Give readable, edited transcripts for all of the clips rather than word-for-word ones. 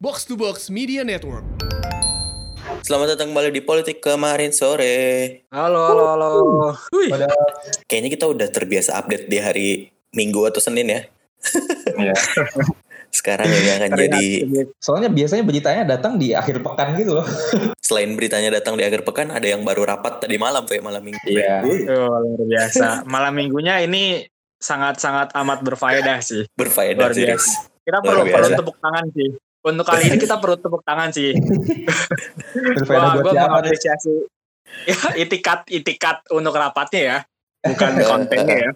Box to Box Media Network. Selamat datang kembali di Politik Kemarin Sore. Halo. Kayaknya kita udah terbiasa update di hari Minggu atau Senin ya. Iya. Sekarang ini akan jadi... Soalnya biasanya beritanya datang di akhir pekan gitu loh. Selain beritanya datang di akhir pekan, ada yang baru rapat tadi malam, kayak malam Minggu. Iya. Luar biasa. Malam minggunya ini sangat-sangat amat berfaedah sih. Berfaedah Luar biasa. serius. Kita Luar perlu biasa. tepuk tangan sih. Untuk kali ini kita perlu tepuk tangan sih. Berfaedah buat Gue siapa nih? mengapresiasi ya, itikat untuk rapatnya ya, bukan kontennya ya.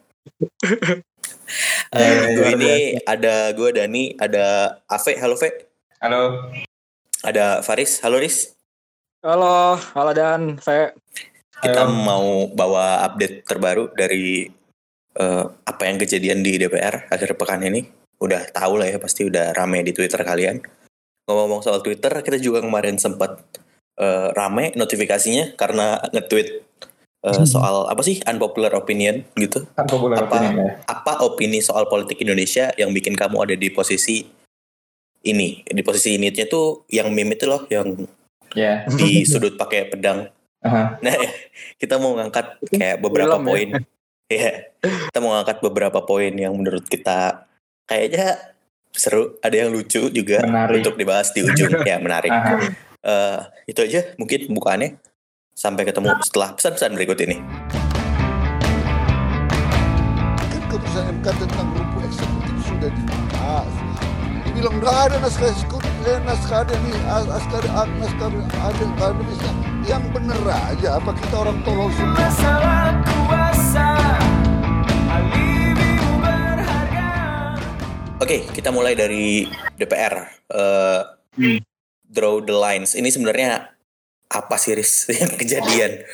Ini ada gue Dani, ada Ave. Halo Ve. Halo. Ada Faris. Halo Riz. Halo dan Ve. Kita Halo. mau bawa update terbaru dari apa yang kejadian di DPR akhir pekan ini. Udah tahu lah ya, pasti udah rame di Twitter kalian. Ngomong-ngomong soal Twitter, kita juga kemarin sempat rame notifikasinya karena nge-tweet soal apa sih unpopular opinion gitu. Kan populer opinion ya. Apa opini soal politik Indonesia yang bikin kamu ada di posisi ini? Di posisi ini tuh yang meme itu loh, yang Ya. di sudut pakai pedang. Aha. Nah, kita mau ngangkat kayak beberapa Film ya? poin. Ya, kita mau ngangkat beberapa poin yang menurut kita kayaknya seru, ada yang lucu juga Menarik. untuk dibahas di ujung. Ya, menarik. Aha. Itu aja mungkin pembukaannya. Sampai ketemu setelah pesan-pesan berikut ini. Kan keputusan MK tentang rumput eksekutif sudah dibahas. Dibilang nggak ada naskah eksekutif, naskah ada nih, naskah ada kabinet. Yang bener aja, apa kita orang tolol semua? Oke, kita mulai dari DPR. Draw the lines. Ini sebenarnya apa sih Riz yang kejadian?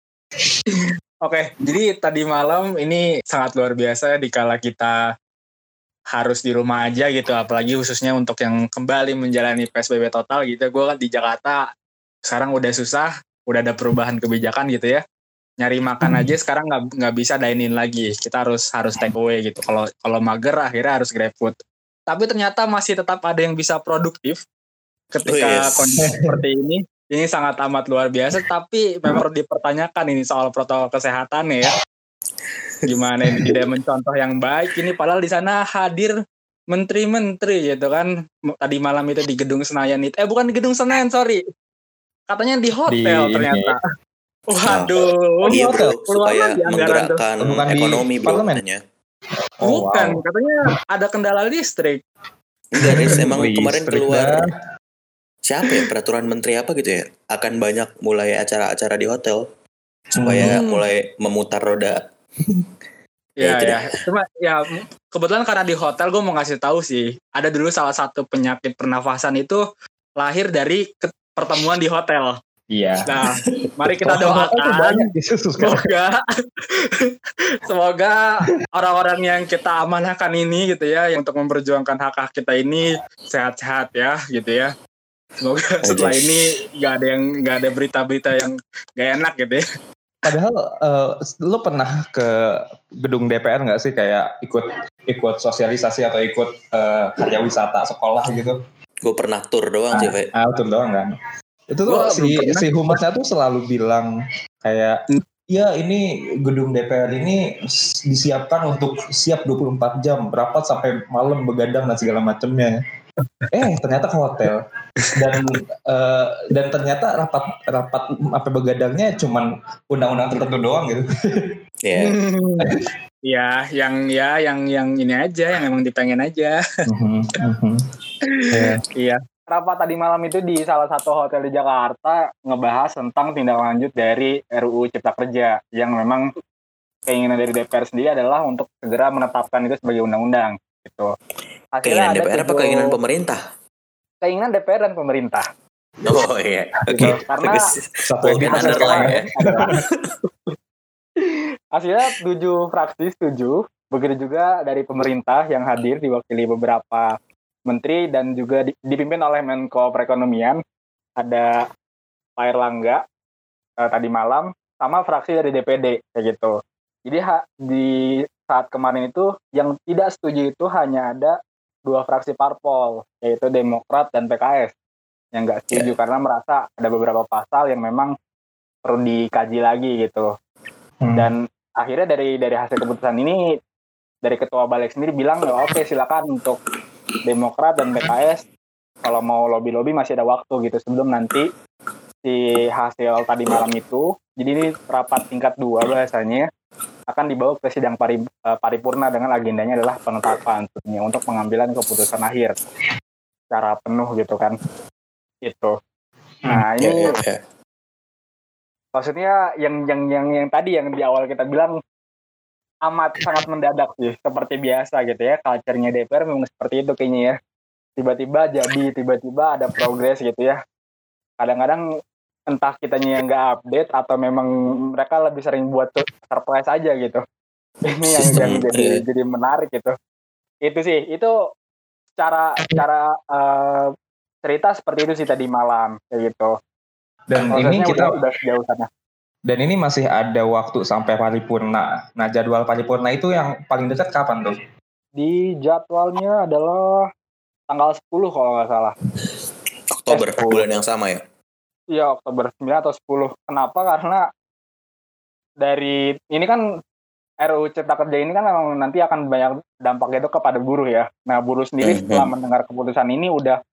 Oke, jadi tadi malam ini sangat luar biasa dikala kita harus di rumah aja gitu, apalagi khususnya untuk yang kembali menjalani PSBB total gitu. Gue kan di Jakarta sekarang udah susah, udah ada perubahan kebijakan gitu ya. Nyari makan aja sekarang nggak bisa dine in lagi, kita harus take away gitu. Kalau mager akhirnya harus GrabFood. Tapi ternyata masih tetap ada yang bisa produktif ketika kondisi seperti ini. Ini sangat amat luar biasa, tapi memang perlu dipertanyakan ini soal protokol kesehatannya ya. Gimana ini tidak mencontoh yang baik ini, padahal di sana hadir menteri-menteri gitu kan. Tadi malam itu di Gedung Senayan itu, bukan di Gedung Senayan, sorry. Katanya di hotel ternyata. Waduh. Iya bro, Keluar supaya lagi anggaran tuh. menggerakkan Bukan di ekonomi bro parlemen. katanya. Oh, Bukan, wow. katanya ada kendala listrik. Enggak Riz, emang Listrik kemarin keluar dah. siapa ya, peraturan menteri apa gitu ya, akan banyak mulai acara-acara di hotel supaya mulai memutar roda. Ya, itu ya. Cuma ya kebetulan karena di hotel gue mau ngasih tahu sih, ada dulu salah satu penyakit pernafasan itu lahir dari pertemuan di hotel. Iya. Nah, mari kita Itu doakan banyak di susu sekarang. semoga orang-orang yang kita amanahkan ini gitu ya, yang untuk memperjuangkan hak-hak kita ini sehat-sehat ya gitu ya. Semoga setelah ini nggak ada berita-berita yang nggak enak gitu ya. Padahal lo pernah ke gedung DPR nggak sih, kayak ikut sosialisasi atau ikut karya wisata sekolah gitu? Gue pernah tur doang sih Fe. Itu doang kan. Itu tuh Gua belum pernah. si humasnya tuh selalu bilang kayak, ya ini gedung DPR ini disiapkan untuk siap 24 jam, rapat sampai malam begadang dan segala macamnya. Ternyata ke hotel. Dan ternyata rapat apa begadangnya cuman undang-undang tertentu doang gitu. Iya. yang ini aja, yang emang dipengen aja. Iya. Rapat tadi malam itu di salah satu hotel di Jakarta ngebahas tentang tindak lanjut dari RUU Cipta Kerja, yang memang keinginan dari DPR sendiri adalah untuk segera menetapkan itu sebagai undang-undang gitu. Keinginan DPR apa keinginan pemerintah? Keinginan DPR dan pemerintah. Oh iya, oke. Karena Satu Bukan entitas underline ya. hasilnya 7 fraksi setuju, begitu juga dari pemerintah yang hadir diwakili beberapa menteri dan juga dipimpin oleh Menko Perekonomian, ada Pak Erlangga tadi malam, sama fraksi dari DPD kayak gitu. Jadi di saat kemarin itu yang tidak setuju itu hanya ada dua fraksi parpol, yaitu Demokrat dan PKS, yang nggak setuju karena merasa ada beberapa pasal yang memang perlu dikaji lagi gitu. Dan akhirnya dari hasil keputusan ini, dari Ketua Balik sendiri bilang, oke, silakan untuk Demokrat dan PKS kalau mau lobby-lobby masih ada waktu gitu sebelum nanti si hasil tadi malam itu. Jadi ini rapat tingkat 2 bahasanya akan dibawa ke sidang paripurna dengan agendanya adalah penetapan tentunya untuk pengambilan keputusan akhir secara penuh gitu kan. Itu. Nah, ini maksudnya yang tadi yang di awal kita bilang amat sangat mendadak sih, seperti biasa gitu ya, culture-nya DPR memang seperti itu kayaknya ya. Tiba-tiba ada progres gitu ya. Kadang-kadang entah kitanya yang nggak update atau memang mereka lebih sering buat surprise aja gitu. Ini yang jadi menarik gitu. Itu sih, itu cara cerita seperti itu sih tadi malam kayak gitu. Dan prosesnya ini kita udah sejauh sana. Dan ini masih ada waktu sampai paripurna. Nah, jadwal paripurna itu yang paling dekat kapan tuh? Di jadwalnya adalah tanggal 10 kalau nggak salah. Oktober, bulan yang sama ya? Iya, Oktober 9 atau 10. Kenapa? Karena dari ini kan RUU Cipta Kerja ini kan memang nanti akan banyak dampaknya itu kepada buruh ya. Nah, buruh sendiri setelah mendengar keputusan ini udah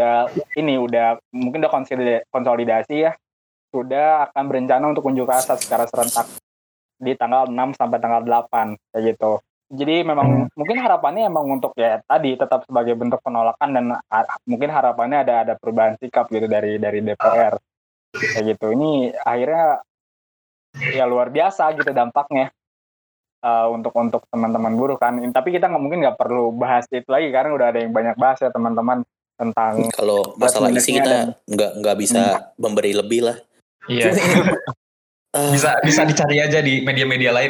mungkin udah konsolidasi ya. Sudah akan berencana untuk unjuk rasa secara serentak di tanggal 6 sampai tanggal 8 kayak gitu. Jadi memang mungkin harapannya emang untuk ya tadi tetap sebagai bentuk penolakan dan mungkin harapannya ada perubahan sikap gitu dari DPR kayak gitu. Ini akhirnya ya luar biasa gitu dampaknya untuk teman-teman buruh kan. Tapi kita mungkin nggak perlu bahas itu lagi karena udah ada yang banyak bahas ya teman-teman tentang kalau masalah isi kita nggak bisa memberi lebih lah. Iya. bisa dicari aja di media-media lain.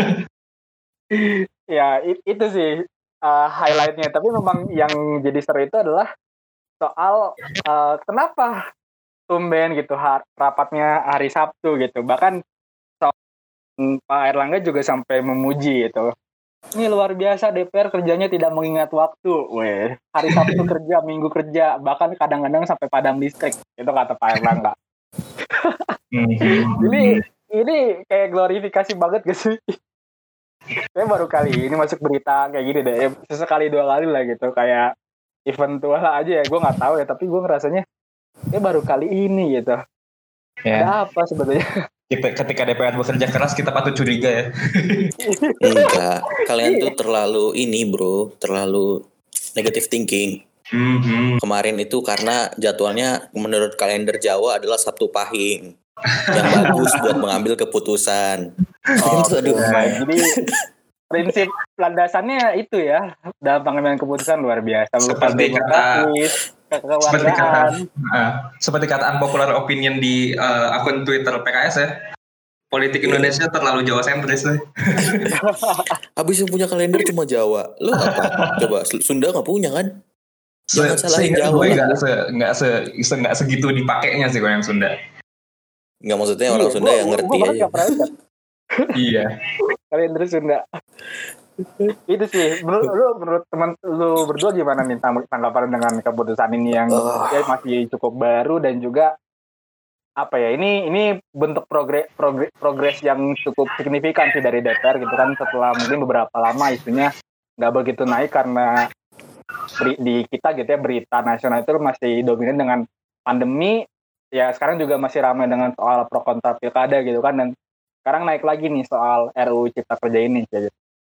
Ya itu sih highlightnya. Tapi memang yang jadi seru itu adalah soal kenapa tumben gitu rapatnya hari Sabtu gitu. Bahkan Pak Erlangga juga sampai memuji gitu. Ini luar biasa DPR kerjanya tidak mengingat waktu. Weh, hari Sabtu kerja, Minggu kerja, bahkan kadang-kadang sampai padam listrik. Itu kata Pak Erlangga. Jadi ini kayak glorifikasi banget gak sih? Saya baru kali ini masuk berita kayak gini deh. Sesekali 2 kali lah gitu. Kayak event tua aja ya. Gue gak tahu ya. Tapi gue ngerasanya baru kali ini gitu. Ya. Ada apa sebetulnya? Ketika DPR bekerja keras kita patut curiga ya. Enggak. Kalian tuh terlalu terlalu negative thinking. Kemarin itu karena jadwalnya menurut kalender Jawa adalah Sabtu Pahing yang bagus buat mengambil keputusan. Jadi prinsip landasannya itu ya dalam pengambilan keputusan luar biasa. Seperti kata unpopular opinion di akun Twitter PKS ya. Politik Indonesia terlalu Jawa sentris. Habis yang punya kalender cuma Jawa. Lo apa? Coba Sunda nggak punya kan? Jangan salahin Jawa. Nggak segitu dipakainya sih kalau yang Sunda. Nggak, maksudnya orang Sunda yang ngerti aja. Iya. Kalender Sunda. Itu sih. Menurut teman lu berdua gimana nih tanggapan dengan keputusan ini yang ya masih cukup baru dan juga apa ya ini bentuk progres yang cukup signifikan sih dari DPR gitu kan setelah mungkin beberapa lama isunya nggak begitu naik karena di kita gitu ya berita nasional itu masih dominan dengan pandemi ya. Sekarang juga masih ramai dengan soal pro kontra pilkada gitu kan, dan sekarang naik lagi nih soal RUU Cipta Kerja ini gitu.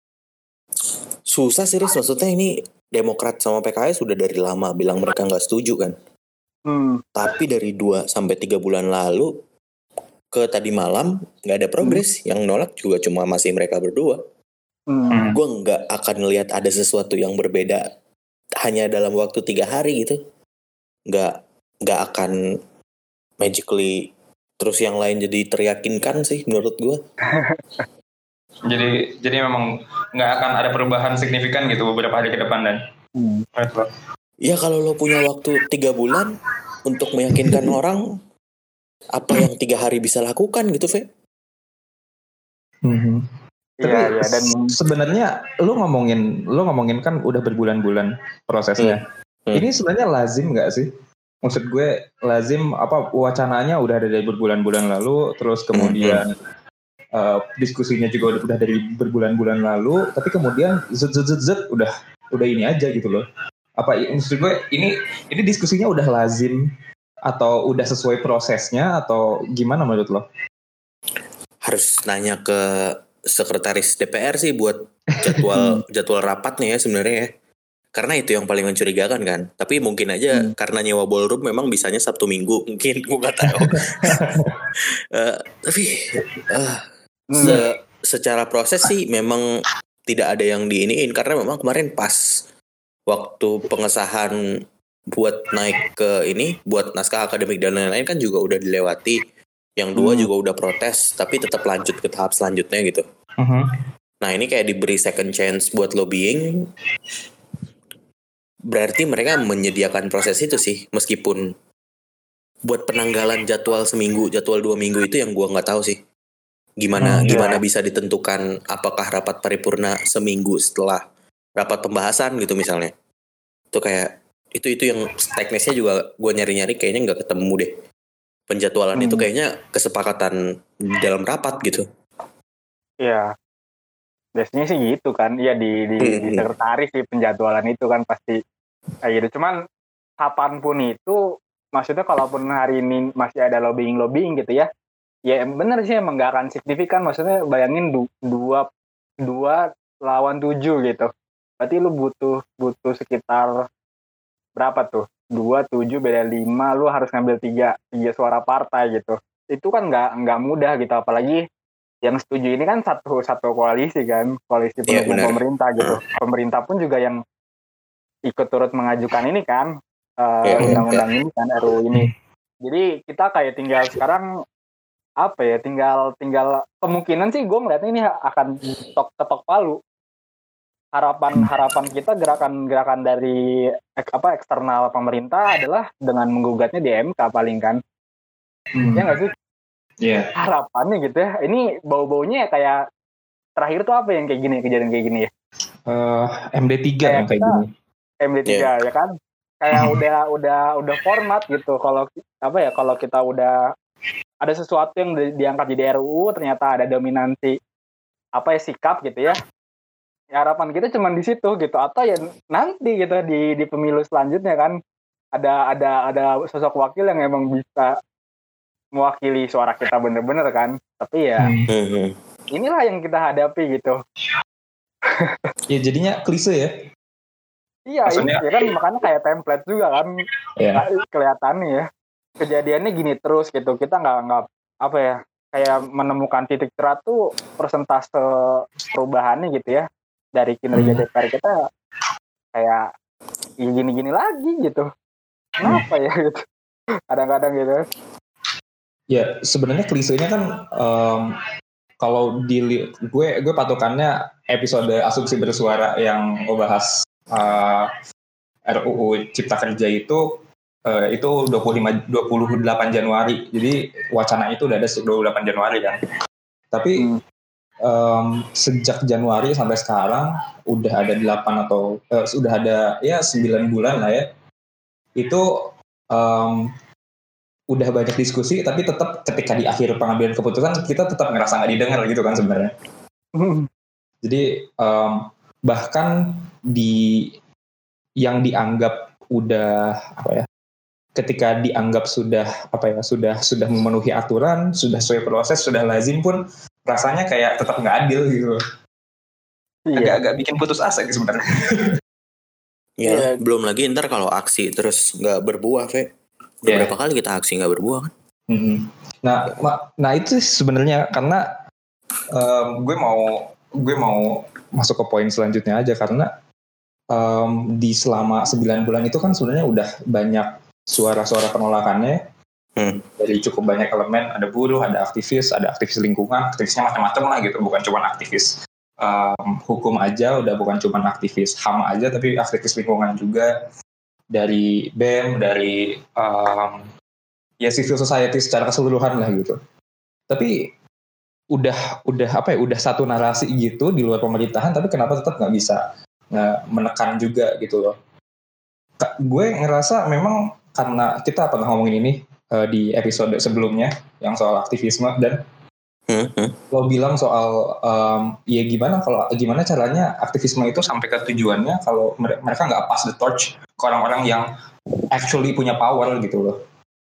Susah serius, maksudnya ini Demokrat sama PKS sudah dari lama bilang mereka nggak setuju kan. Tapi dari 2 sampai 3 bulan lalu ke tadi malam nggak ada progres. Yang nolak juga cuma masih mereka berdua. Gue nggak akan lihat ada sesuatu yang berbeda hanya dalam waktu 3 hari gitu. Nggak akan magically terus yang lain jadi teryakinkan sih menurut gue. Jadi memang nggak akan ada perubahan signifikan gitu beberapa hari ke depan dan. Ya kalau lo punya waktu 3 bulan untuk meyakinkan orang, apa yang 3 hari bisa lakukan gitu, Fe? Iya, dan sebenarnya lu ngomongin kan udah berbulan-bulan prosesnya. Ini sebenarnya lazim nggak sih? Maksud gue lazim apa wacananya udah ada dari berbulan-bulan lalu, terus kemudian diskusinya juga udah dari berbulan-bulan lalu, tapi kemudian zet udah ini aja gitu loh. Apa maksud gue ini diskusinya udah lazim atau udah sesuai prosesnya atau gimana menurut lo? Harus nanya ke sekretaris DPR sih buat jadwal rapatnya ya sebenarnya ya. Karena itu yang paling mencurigakan kan. Tapi mungkin aja karena nyewa ballroom memang bisanya Sabtu Minggu mungkin, gue nggak tahu. Tapi secara proses sih memang tidak ada yang diiniin karena memang kemarin pas waktu pengesahan buat naik ke ini buat naskah akademik dan lain-lain kan juga udah dilewati. Yang dua juga udah protes, tapi tetap lanjut ke tahap selanjutnya gitu. Nah ini kayak diberi second chance buat lobbying. Berarti mereka menyediakan proses itu sih, meskipun buat penanggalan jadwal seminggu, jadwal 2 minggu itu yang gua nggak tahu sih. Gimana bisa ditentukan apakah rapat paripurna seminggu setelah rapat pembahasan gitu misalnya. Itu kayak itu yang teknisnya juga gua nyari-nyari kayaknya nggak ketemu deh. Penjadwalan itu kayaknya kesepakatan dalam rapat gitu. Iya. Biasanya sih gitu kan. Iya di sekretaris di penjadwalan itu kan pasti kayak gitu. Cuman kapanpun itu maksudnya kalaupun hari ini masih ada lobbying gitu ya. Ya bener sih emang gak akan signifikan. Maksudnya bayangin 2 lawan 7 gitu. Berarti lu butuh sekitar berapa tuh? 2, 7 beda 5, lu harus ngambil 3 suara partai gitu. Itu kan nggak mudah gitu, apalagi yang setuju ini kan satu koalisi kan, koalisi pendukung pemerintah gitu. Pemerintah pun juga yang ikut turut mengajukan ini kan, undang-undang ini kan, RUU ini. Jadi kita kayak tinggal sekarang apa ya, tinggal kemungkinan sih gue ngeliatnya ini akan ketok palu. Harapan kita gerakan dari eksternal pemerintah adalah dengan menggugatnya di MK paling kan. Ya nggak sih? Iya. Harapannya gitu ya. Ini bau-baunya kayak terakhir tuh apa yang kayak gini, kejadian kayak gini ya? MD3 yang kayak gini. MD3 ya kan? Kayak udah format gitu. Kalau kita udah ada sesuatu yang diangkat jadi RUU, ternyata ada dominansi sikap gitu ya. Ya, harapan kita cuma di situ gitu, atau ya nanti gitu di pemilu selanjutnya kan ada sosok wakil yang emang bisa mewakili suara kita bener-bener kan. Tapi ya inilah yang kita hadapi gitu. Ya jadinya klise ya. Iya, ya kan makanya kayak template juga kan. Kelihatannya ya kejadiannya gini terus gitu. Kita nggak kayak menemukan titik cerah tuh persentase perubahannya gitu ya. Dari kinerja DPR kita kayak gini-gini lagi gitu. Kenapa ya gitu? Kadang-kadang gitu. Ya sebenarnya klisenya kan kalau gue patokannya episode Asumsi Bersuara yang ngebahas RUU Cipta Kerja itu 28 Januari. Jadi wacana itu udah ada 28 Januari kan. Tapi sejak Januari sampai sekarang udah ada 8 atau sudah ada ya 9 bulan lah ya. Itu udah banyak diskusi, tapi tetap ketika di akhir pengambilan keputusan kita tetap ngerasa nggak didengar gitu kan sebenarnya. Jadi bahkan yang dianggap udah ketika dianggap sudah memenuhi aturan, sudah sesuai proses, sudah lazim pun rasanya kayak tetap nggak adil gitu. Agak bikin putus asa gitu sebenarnya. Ya, belum lagi ntar kalau aksi terus nggak berbuah, Fe. Beberapa kali kita aksi nggak berbuah kan. Nah itu sebenarnya karena gue mau masuk ke poin selanjutnya aja karena di selama 9 bulan itu kan sebenarnya udah banyak suara-suara penolakannya. Dari cukup banyak elemen, ada buruh, ada aktivis lingkungan, aktivisnya macam-macam lah gitu, bukan cuma aktivis hukum aja, udah bukan cuma aktivis HAM aja, tapi aktivis lingkungan juga, dari BEM, dari civil society secara keseluruhan lah gitu. Tapi udah apa ya, udah satu narasi gitu di luar pemerintahan, tapi kenapa tetap nggak bisa menekan juga gitu loh. Gue ngerasa memang karena kita pernah ngomongin ini di episode sebelumnya yang soal aktivisme, dan lo bilang soal ya gimana caranya aktivisme itu sampai ke tujuannya kalau mereka nggak pass the torch ke orang-orang yang actually punya power gitu loh.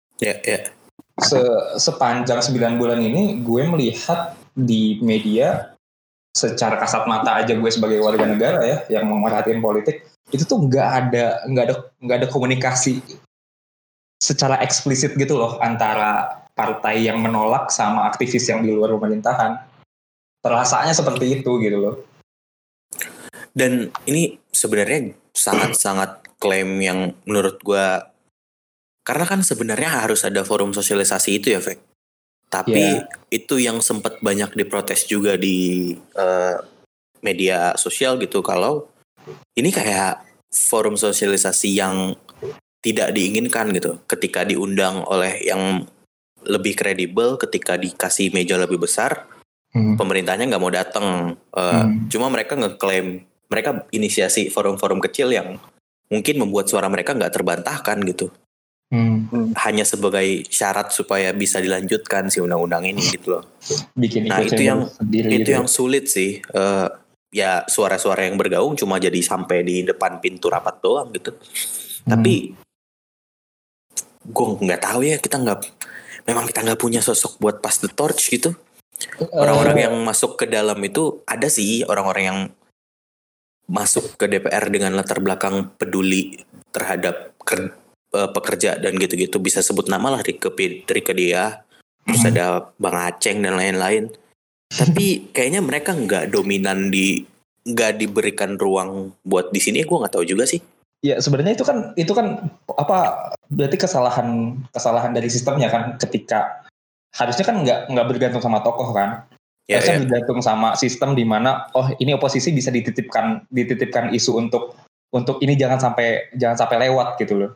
Sepanjang 9 bulan ini gue melihat di media, secara kasat mata aja gue sebagai warga negara ya yang memerhatiin politik, itu tuh nggak ada komunikasi secara eksplisit gitu loh antara partai yang menolak sama aktivis yang di luar pemerintahan. Terasanya seperti itu gitu loh. Dan ini sebenarnya sangat-sangat klaim yang menurut gue, karena kan sebenarnya harus ada forum sosialisasi itu ya, Fek. Tapi itu yang sempat banyak diprotes juga di media sosial gitu, kalau ini kayak forum sosialisasi yang tidak diinginkan gitu. Ketika diundang oleh yang lebih kredibel, ketika dikasih meja lebih besar, pemerintahnya nggak mau datang. Cuma mereka ngeklaim, mereka inisiasi forum-forum kecil yang mungkin membuat suara mereka nggak terbantahkan gitu. Hanya sebagai syarat supaya bisa dilanjutkan si undang-undang ini gitu loh. Nah itu yang sulit sih. Ya suara-suara yang bergaung cuma jadi sampai di depan pintu rapat doang gitu. Tapi gue nggak tahu ya, kita nggak punya sosok buat pass the torch gitu. Orang-orang yang masuk ke dalam itu ada sih, orang-orang yang masuk ke DPR dengan latar belakang peduli terhadap pekerja dan gitu-gitu, bisa sebut nama lah, Rike Diah, terus ada Bang Aceng dan lain-lain. Tapi kayaknya mereka nggak dominan, nggak diberikan ruang buat di sini. Gue nggak tahu juga sih. Ya sebenarnya itu kan apa, berarti kesalahan dari sistemnya kan, ketika harusnya kan nggak bergantung sama tokoh kan. Harusnya bergantung sama sistem di mana ini oposisi bisa dititipkan isu untuk ini jangan sampai lewat gitu loh.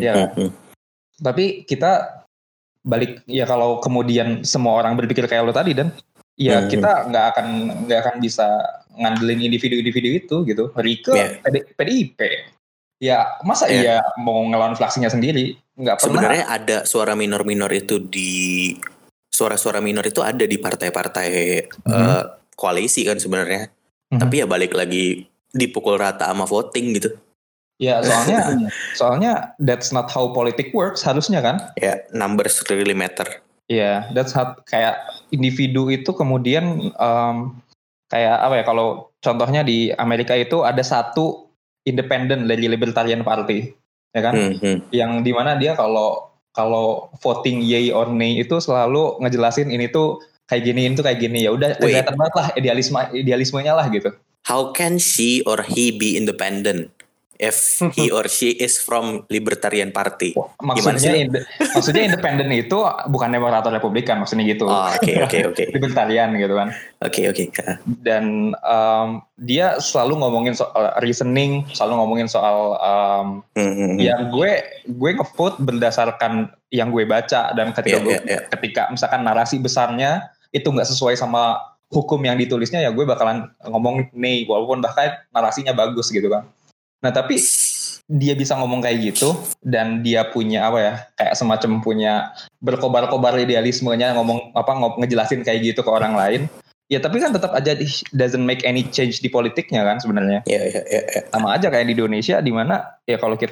Tapi kita balik ya, kalau kemudian semua orang berpikir kayak lo tadi, dan ya kita nggak akan bisa ngandelin individu-individu itu gitu. Rike PDIP ya, masa iya mau ngelawan fraksinya sendiri? Nggak pernah. Sebenarnya ada suara minor itu suara-suara minor itu ada di partai-partai koalisi kan sebenarnya. Tapi ya balik lagi dipukul rata sama voting gitu. Ya soalnya that's not how politics works harusnya kan? Ya, numbers really matter. Ya, that's how, kayak individu itu kemudian kayak apa ya, kalau contohnya di Amerika itu ada satu independen dari Libertarian Party, ya kan? Yang dimana dia kalau voting yay or nay itu selalu ngejelasin ini tuh kayak gini, itu kayak gini, ya udah kelihatan banget lah idealismenya lah gitu. How can she or he be independent if he or she is from Libertarian Party? Maksudnya independen itu bukan Demokrat atau Republikan, maksudnya gitu. Oke. Libertarian gitu kan. Oke. Dan dia selalu ngomongin soal reasoning, selalu ngomongin soal yang gue nge-vote berdasarkan yang gue baca, dan ketika misalkan narasi besarnya itu nggak sesuai sama hukum yang ditulisnya, ya gue bakalan ngomong nih, walaupun bahkan narasinya bagus gitu kan. Nah tapi dia bisa ngomong kayak gitu, dan dia punya apa ya, kayak semacam punya berkobar-kobar idealismenya, ngejelasin kayak gitu ke orang lain. Ya tapi kan tetap aja doesn't make any change di politiknya kan sebenarnya. Sama aja kayak di Indonesia, di mana ya kalau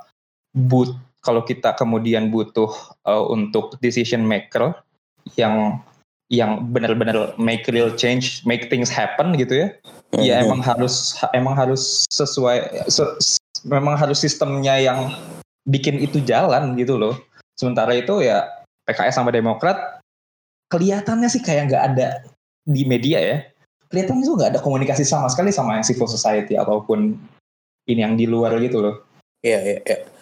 kita kemudian butuh untuk decision maker yang benar-benar make real change, make things happen gitu ya. Ya emang harus sesuai, memang harus sistemnya yang bikin itu jalan gitu loh. Sementara itu ya PKS sama Demokrat kelihatannya sih kayak nggak ada di media ya. Kelihatannya tuh nggak ada komunikasi sama sekali sama yang civil society ataupun ini yang di luar gitu loh. Iya.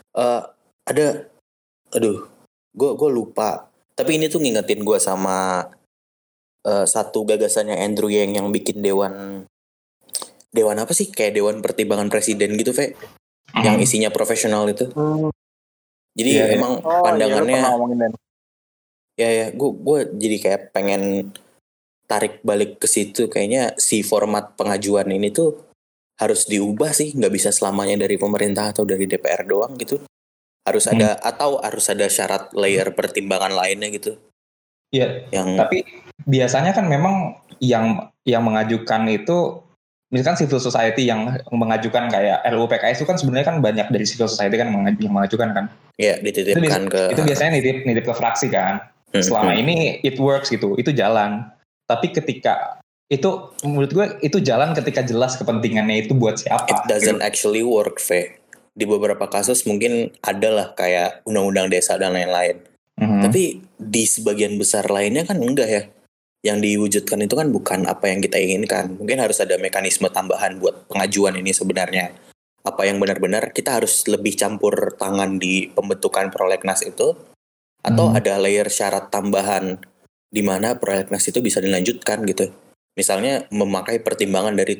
Gue lupa. Tapi ini tuh ngingetin gue sama satu gagasannya Andrew yang bikin dewan apa sih, kayak Dewan Pertimbangan Presiden gitu, Fe, yang isinya profesional itu. Jadi emang pandangannya gue jadi kayak pengen tarik balik ke situ, kayaknya si format pengajuan ini tuh harus diubah sih, nggak bisa selamanya dari pemerintah atau dari DPR doang gitu. Harus ada atau harus ada syarat layer pertimbangan lainnya gitu. Iya. Yang Tapi biasanya kan memang yang mengajukan itu misalkan civil society yang mengajukan kayak RUU PKS itu kan sebenarnya kan banyak dari civil society kan yang mengajukan kan. ya dititipkan Itu biasanya nitip ke fraksi kan. Selama ini it works gitu, itu jalan. Tapi ketika itu menurut gue itu jalan ketika jelas kepentingannya itu buat siapa. It doesn't actually work, Fe. Di beberapa kasus mungkin adalah kayak undang-undang desa dan lain-lain. Tapi di sebagian besar lainnya kan enggak ya. Yang diwujudkan itu kan bukan apa yang kita inginkan. Mungkin harus ada mekanisme tambahan buat pengajuan ini sebenarnya. Apa yang benar-benar kita harus lebih campur tangan di pembentukan prolegnas itu. Atau ada layer syarat tambahan di mana prolegnas itu bisa dilanjutkan gitu. Misalnya memakai pertimbangan dari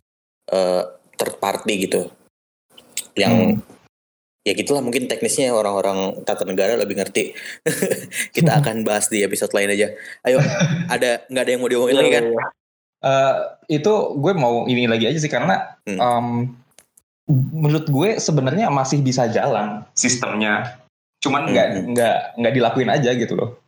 third party gitu. Yang ya gitulah, mungkin teknisnya orang-orang tata negara lebih ngerti. Kita akan bahas di episode lain aja. Ayo, nggak ada yang mau diomongin lagi kan? Itu gue mau ini lagi aja sih karena menurut gue sebenarnya masih bisa jalan sistemnya, cuman nggak dilakuin aja gitu loh.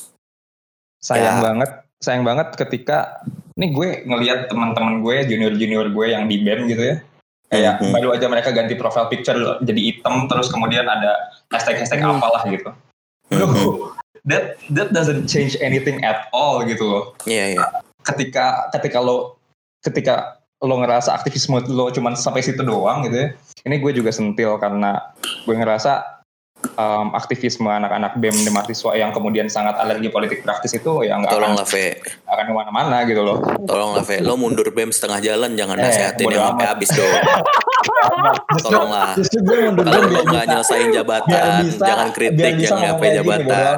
Sayang banget ketika ini gue ngelihat teman-teman gue junior gue yang di BEM gitu ya. Kayak baru aja mereka ganti profile picture jadi hitam, terus kemudian ada hashtag apalah gitu. Bro, that doesn't change anything at all gitu loh. Iya. Ketika lo ngerasa aktivisme lo cuman sampai situ doang gitu ya. Ini gue juga sentil karena gue ngerasa aktivisme anak-anak BEM di mahasiswa yang kemudian sangat alergi politik praktis itu ya nggak akan kemana-mana gitu loh. Tolonglah Fe, lo mundur BEM setengah jalan, jangan nasihatin yang sampai habis dong. Tolonglah. Kalau lo nggak nyelesain jabatan, jangan kritik yang nyampe jabatan.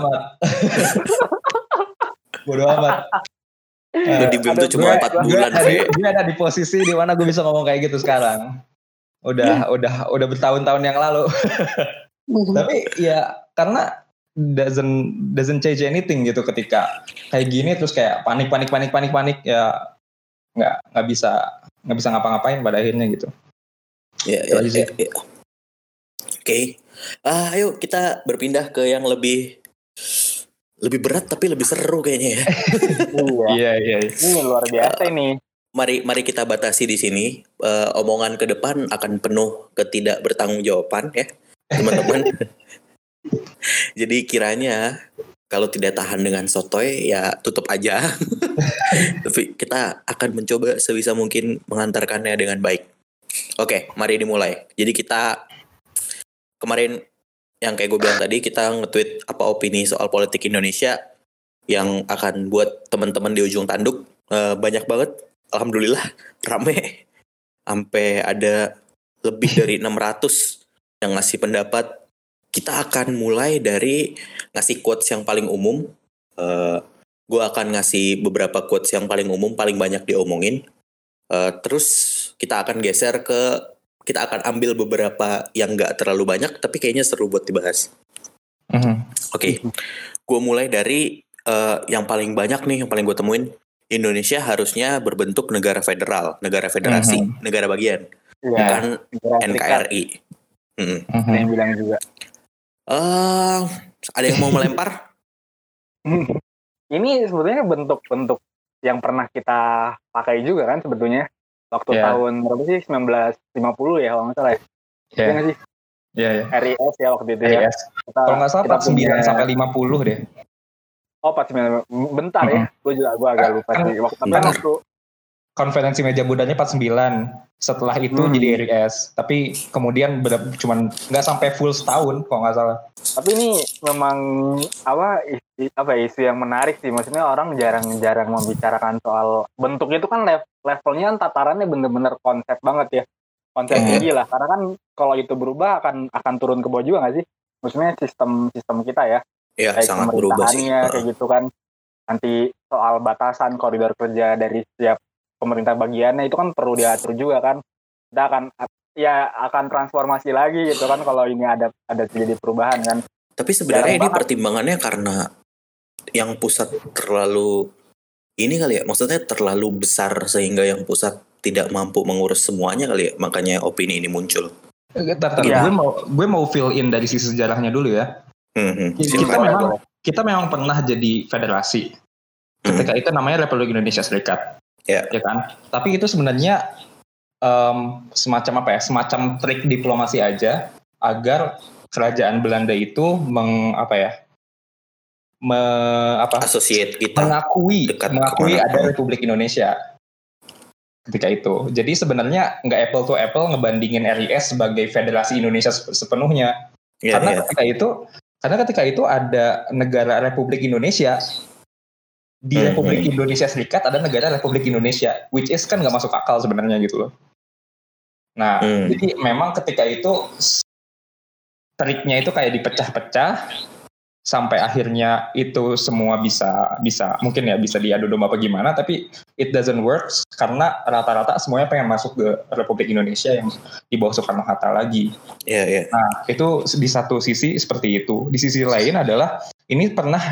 Bodoh amat. Lo di BEM tuh cuma 4 bulan Fe. Gue ada di posisi di mana gue bisa ngomong kayak gitu sekarang. Udah bertahun-tahun yang lalu. Tapi ya karena doesn't change anything gitu ketika kayak gini terus kayak panik ya nggak bisa ngapa-ngapain pada akhirnya gitu. Ya. Oke. Ayo kita berpindah ke yang lebih berat tapi lebih seru kayaknya ya. Iya. Ini luar biasa ini. Mari kita batasi di sini. Omongan ke depan akan penuh ketidakbertanggungjawaban ya. Teman-teman. Jadi kiranya kalau tidak tahan dengan sotoy ya tutup aja. Tapi kita akan mencoba sebisa mungkin mengantarkannya dengan baik. Oke, mari dimulai. Jadi kita kemarin yang kayak gue bilang tadi, kita nge-tweet apa opini soal politik Indonesia yang akan buat teman-teman di ujung tanduk. Banyak banget, alhamdulillah rame. Sampai ada lebih dari 600 yang ngasih pendapat. Kita akan mulai dari ngasih quotes yang paling umum. Gue akan ngasih beberapa quotes yang paling umum, paling banyak diomongin. Terus kita akan geser kita akan ambil beberapa yang gak terlalu banyak, tapi kayaknya seru buat dibahas. Oke. Gue mulai dari yang paling banyak nih, yang paling gue temuin. Indonesia harusnya berbentuk negara federal, negara federasi, negara bagian. Bukan NKRI. Yang bilang juga. Ada yang mau melempar? Ini sebetulnya bentuk-bentuk yang pernah kita pakai juga kan sebetulnya waktu tahun berapa sih 1950 ya kalau nggak salah ya. Iya nggak sih? Iya. RIS ya waktu itu RIS. ya. Kalau nggak salah 49 sampai 50 deh. Oh 49 bentar ya. Gue agak lupa sih. Waktu konferensi meja budanya 49. Setelah itu jadi RIS, tapi kemudian cuman nggak sampai full setahun kalau nggak salah. Tapi ini memang isu yang menarik sih, maksudnya orang jarang membicarakan soal bentuknya itu kan levelnya tatarannya bener-bener konsep banget ya, konsep tinggi lah, karena kan kalau itu berubah akan turun ke bawah juga nggak sih, maksudnya sistem kita ya, kayak sangat berubah sih, kayak gitu kan, nanti soal batasan koridor kerja dari setiap pemerintah bagiannya itu kan perlu diatur juga kan. Kita akan transformasi lagi gitu kan kalau ini ada terjadi perubahan kan. Tapi sebenarnya ini pertimbangannya karena yang pusat terlalu ini kali ya, maksudnya terlalu besar sehingga yang pusat tidak mampu mengurus semuanya kali ya, makanya opini ini muncul. Ya. Gue mau fill in dari sisi sejarahnya dulu ya. Kita memang pernah jadi federasi. Ketika itu namanya Republik Indonesia Serikat, ya kan? Tapi itu sebenarnya semacam semacam trik diplomasi aja agar kerajaan Belanda itu associate kita, mengakui ada Republik Indonesia ketika itu. Jadi sebenarnya nggak apple to apple ngebandingin RIS sebagai Federasi Indonesia sepenuhnya. Karena ketika itu ada negara Republik Indonesia, di Republik Indonesia Serikat ada negara Republik Indonesia, which is kan nggak masuk akal sebenarnya gitu loh. Nah, jadi memang ketika itu triknya itu kayak dipecah-pecah sampai akhirnya itu semua bisa mungkin ya bisa diadu domba apa gimana, tapi it doesn't work karena rata-rata semuanya pengen masuk ke Republik Indonesia yang di bawah Soekarno-Hatta lagi. Nah, itu di satu sisi seperti itu. Di sisi lain adalah ini pernah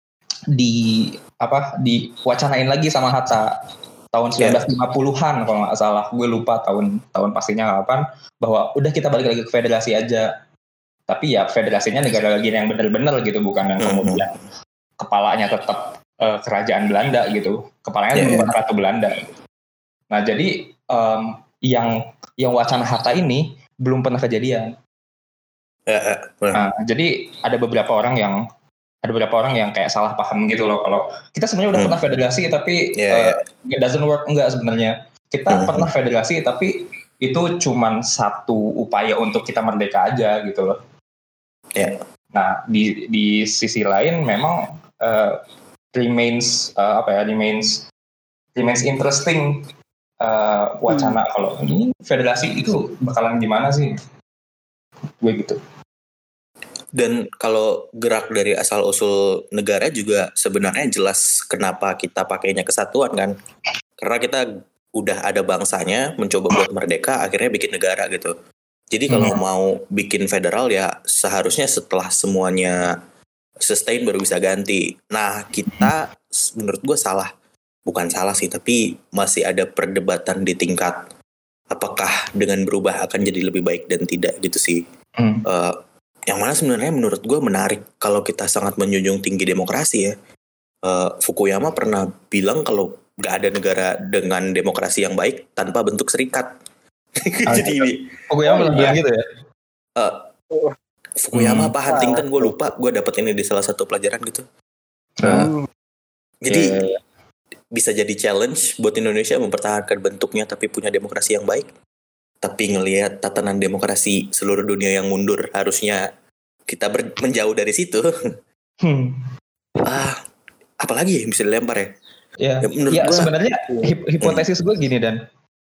diwacanain lagi sama Hatta tahun 1950-an kalau nggak salah, gue lupa tahun pastinya kapan, bahwa udah kita balik lagi ke federasi aja. Tapi ya federasinya negara lagi yang benar-benar gitu, bukan yang kemudian kepalanya tetap kerajaan Belanda gitu, kepalanya Ratu Belanda. Nah jadi yang wacana Hatta ini belum pernah kejadian. Nah, jadi ada beberapa orang yang kayak salah paham gitu loh, kalau kita sebenarnya udah pernah federasi tapi it doesn't work. Enggak, sebenarnya kita pernah federasi tapi itu cuman satu upaya untuk kita merdeka aja gitu loh. Nah di sisi lain memang remains interesting wacana kalau ini federasi itu bakalan gimana sih, gue gitu. Dan kalau gerak dari asal usul negara juga sebenarnya jelas kenapa kita pakainya kesatuan kan, karena kita udah ada bangsanya mencoba buat merdeka, akhirnya bikin negara gitu. Jadi kalau mau bikin federal ya seharusnya setelah semuanya sustain baru bisa ganti. Nah kita menurut gue bukan salah sih, tapi masih ada perdebatan di tingkat apakah dengan berubah akan jadi lebih baik dan tidak gitu sih. Yang mana sebenarnya menurut gue menarik kalau kita sangat menjunjung tinggi demokrasi ya. Fukuyama pernah bilang kalau gak ada negara dengan demokrasi yang baik tanpa bentuk serikat. Jadi Fukuyama bilang gitu ya. Fukuyama apa Huntington gue lupa, gue dapet ini di salah satu pelajaran gitu. Jadi bisa jadi challenge buat Indonesia mempertahankan bentuknya tapi punya demokrasi yang baik. Tapi ngelihat tatanan demokrasi seluruh dunia yang mundur, harusnya kita menjauh dari situ. Apalagi yang bisa dilempar ya? Ya sebenarnya hipotesis gue gini Dan.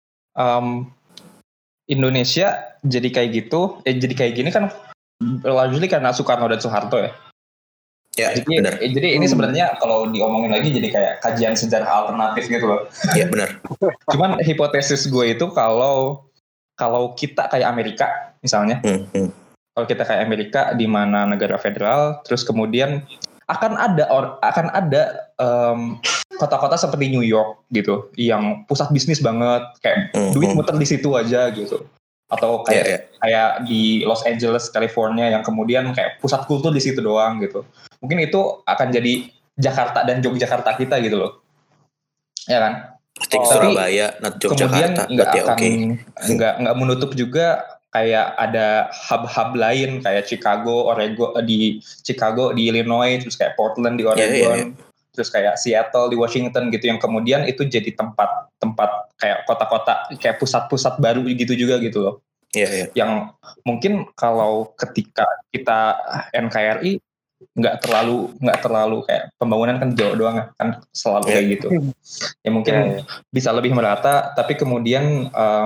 Indonesia jadi kayak gitu, jadi kayak gini kan largely karena Soekarno dan Soeharto ya. Jadi ini sebenarnya kalau diomongin lagi jadi kayak kajian sejarah alternatif gitu loh. Iya benar. Cuman hipotesis gue itu kalau kita kayak Amerika misalnya, kalau kita kayak Amerika di mana negara federal, terus kemudian akan ada kota-kota seperti New York gitu, yang pusat bisnis banget, kayak duit muter di situ aja gitu, atau kayak di Los Angeles, California, yang kemudian kayak pusat kultur di situ doang gitu. Mungkin itu akan jadi Jakarta dan Yogyakarta kita gitu loh, ya kan? Surabaya, not Yogyakarta. Kemudian nggak menutup juga kayak ada hub-hub lain kayak Chicago, Oregon di Chicago di Illinois, terus kayak Portland di Oregon, terus kayak Seattle di Washington gitu, yang kemudian itu jadi tempat kayak kota-kota kayak pusat-pusat baru gitu juga gitu loh. Yang mungkin kalau ketika kita NKRI nggak terlalu kayak pembangunan kan jauh doang kan selalu kayak gitu. Ya mungkin bisa lebih merata, tapi kemudian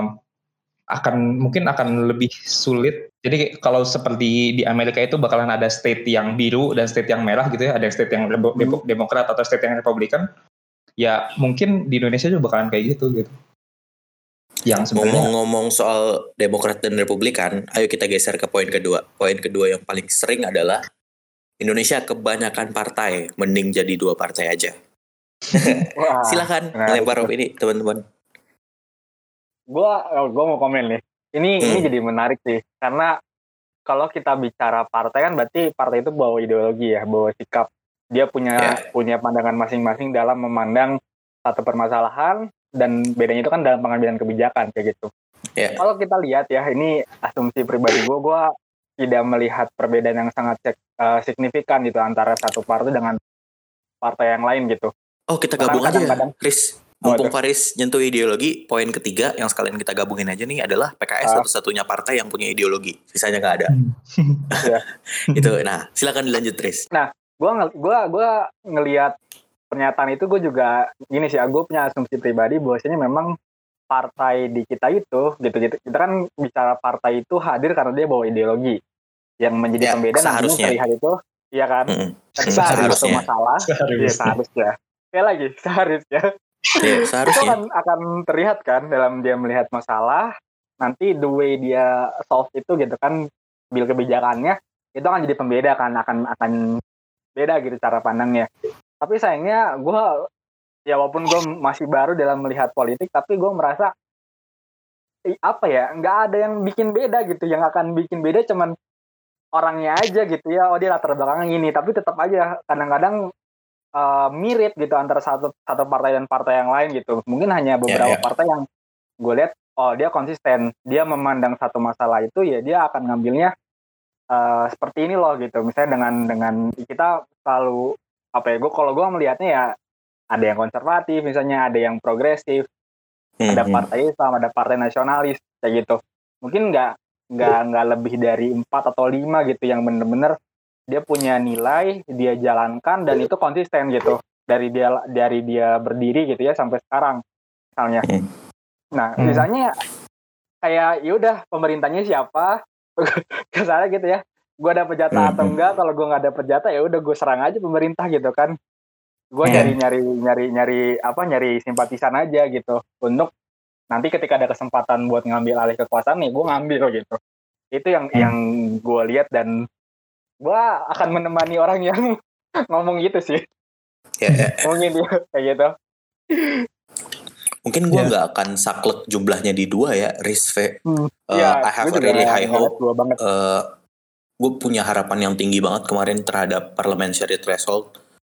akan lebih sulit. Jadi kalau seperti di Amerika itu bakalan ada state yang biru dan state yang merah gitu ya, ada state yang Demokrat atau state yang Republikan. Ya mungkin di Indonesia juga bakalan kayak gitu. Yang sebenarnya ngomong soal Demokrat dan Republikan, ayo kita geser ke poin kedua. Poin kedua yang paling sering adalah Indonesia kebanyakan partai, mending jadi 2 partai aja. Wah, Silakan menarik lempar tuh. opini teman-teman. Gua mau komen nih. Ini jadi menarik sih, karena kalau kita bicara partai kan berarti partai itu bawa ideologi ya, bawa sikap. Dia punya pandangan masing-masing dalam memandang satu permasalahan, dan bedanya itu kan dalam pengambilan kebijakan kayak gitu. Ya. Kalau kita lihat ya, ini asumsi pribadi gue tidak melihat perbedaan yang sangat signifikan gitu antara satu partai dengan partai yang lain gitu. Oh, kita Bahkan gabung aja ya, kadang-kadang- Riz. Mumpung Faris nyentuh ideologi, poin ketiga yang sekalian kita gabungin aja nih adalah PKS satu-satunya partai yang punya ideologi. Sisanya nggak ada. Ya. Itu. Nah, silakan dilanjut, Riz. Nah, gue ngelihat pernyataan itu, gue juga gini sih, gue punya asumsi pribadi bahwasanya memang partai di kita itu gitu-gitu. Kita kan bicara partai itu hadir karena dia bawa ideologi yang menjadi pembeda nantinya terlihat itu, iya kan? Ketika ada satu masalah, seharusnya. Sekali lagi, seharusnya. Ya, seharusnya. Itu akan terlihat kan dalam dia melihat masalah, nanti the way dia solve itu gitu kan, bil kebijakannya itu akan jadi pembeda kan, akan beda gitu cara pandangnya. Tapi sayangnya gue, ya walaupun gue masih baru dalam melihat politik, tapi gue merasa apa ya, nggak ada yang bikin beda gitu. Yang akan bikin beda cuman orangnya aja gitu ya. Oh, dia latar belakangnya gini, tapi tetap aja kadang-kadang mirip gitu antara satu partai dan partai yang lain gitu. Mungkin hanya beberapa partai yang gue lihat, oh dia konsisten, dia memandang satu masalah itu ya dia akan ngambilnya seperti ini loh gitu. Misalnya dengan kita selalu apa ya, kalau gue melihatnya ya ada yang konservatif, misalnya ada yang progresif, ada partai Islam, ada partai nasionalis kayak gitu. Mungkin nggak lebih dari 4 atau 5 gitu yang bener-bener dia punya nilai, dia jalankan dan itu konsisten gitu dari dia berdiri gitu ya sampai sekarang misalnya. Nah, misalnya kayak yaudah pemerintahnya siapa, kesana gitu ya. Gue dapet jatah atau enggak, kalau gue nggak dapet jatah ya udah gue serang aja pemerintah gitu kan. Gue nyari simpatisan aja gitu untuk nanti ketika ada kesempatan buat ngambil alih kekuasaan nih gue ngambil gitu. Itu yang gue lihat, dan gue akan menemani orang yang ngomong gitu sih. Ngomongin dia kayak gitu. Mungkin gue nggak akan saklek jumlahnya di 2 ya, Rizve. I have a really high hope. Gue punya harapan yang tinggi banget kemarin terhadap parliamentary threshold.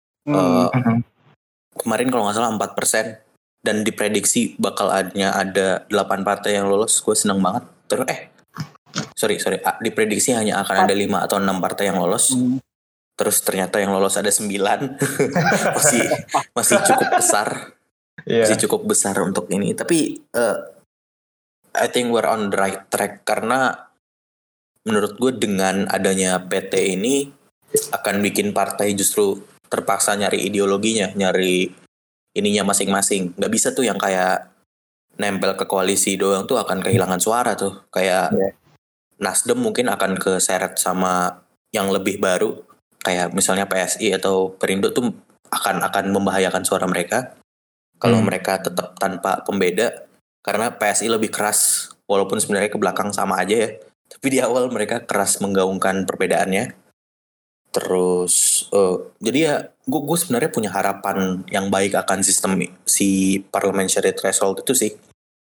Kemarin kalau nggak salah 4%, dan diprediksi bakal ada 8 partai yang lolos. Gue seneng banget. Terus diprediksi hanya akan ada 5 atau 6 partai yang lolos. Terus ternyata yang lolos ada 9. masih cukup besar. Masih cukup besar untuk ini. Tapi I think we're on the right track, karena menurut gue dengan adanya PT ini akan bikin partai justru terpaksa nyari ideologinya, nyari ininya masing-masing. Gak bisa tuh yang kayak nempel ke koalisi doang tuh akan kehilangan suara tuh. Kayak Nasdem mungkin akan keseret sama yang lebih baru, kayak misalnya PSI atau Perindo tuh akan membahayakan suara mereka kalau mereka tetap tanpa pembeda, karena PSI lebih keras, walaupun sebenarnya ke belakang sama aja ya, tapi di awal mereka keras menggaungkan perbedaannya. Terus jadi ya gue sebenarnya punya harapan yang baik akan sistem si parliamentary threshold itu sih.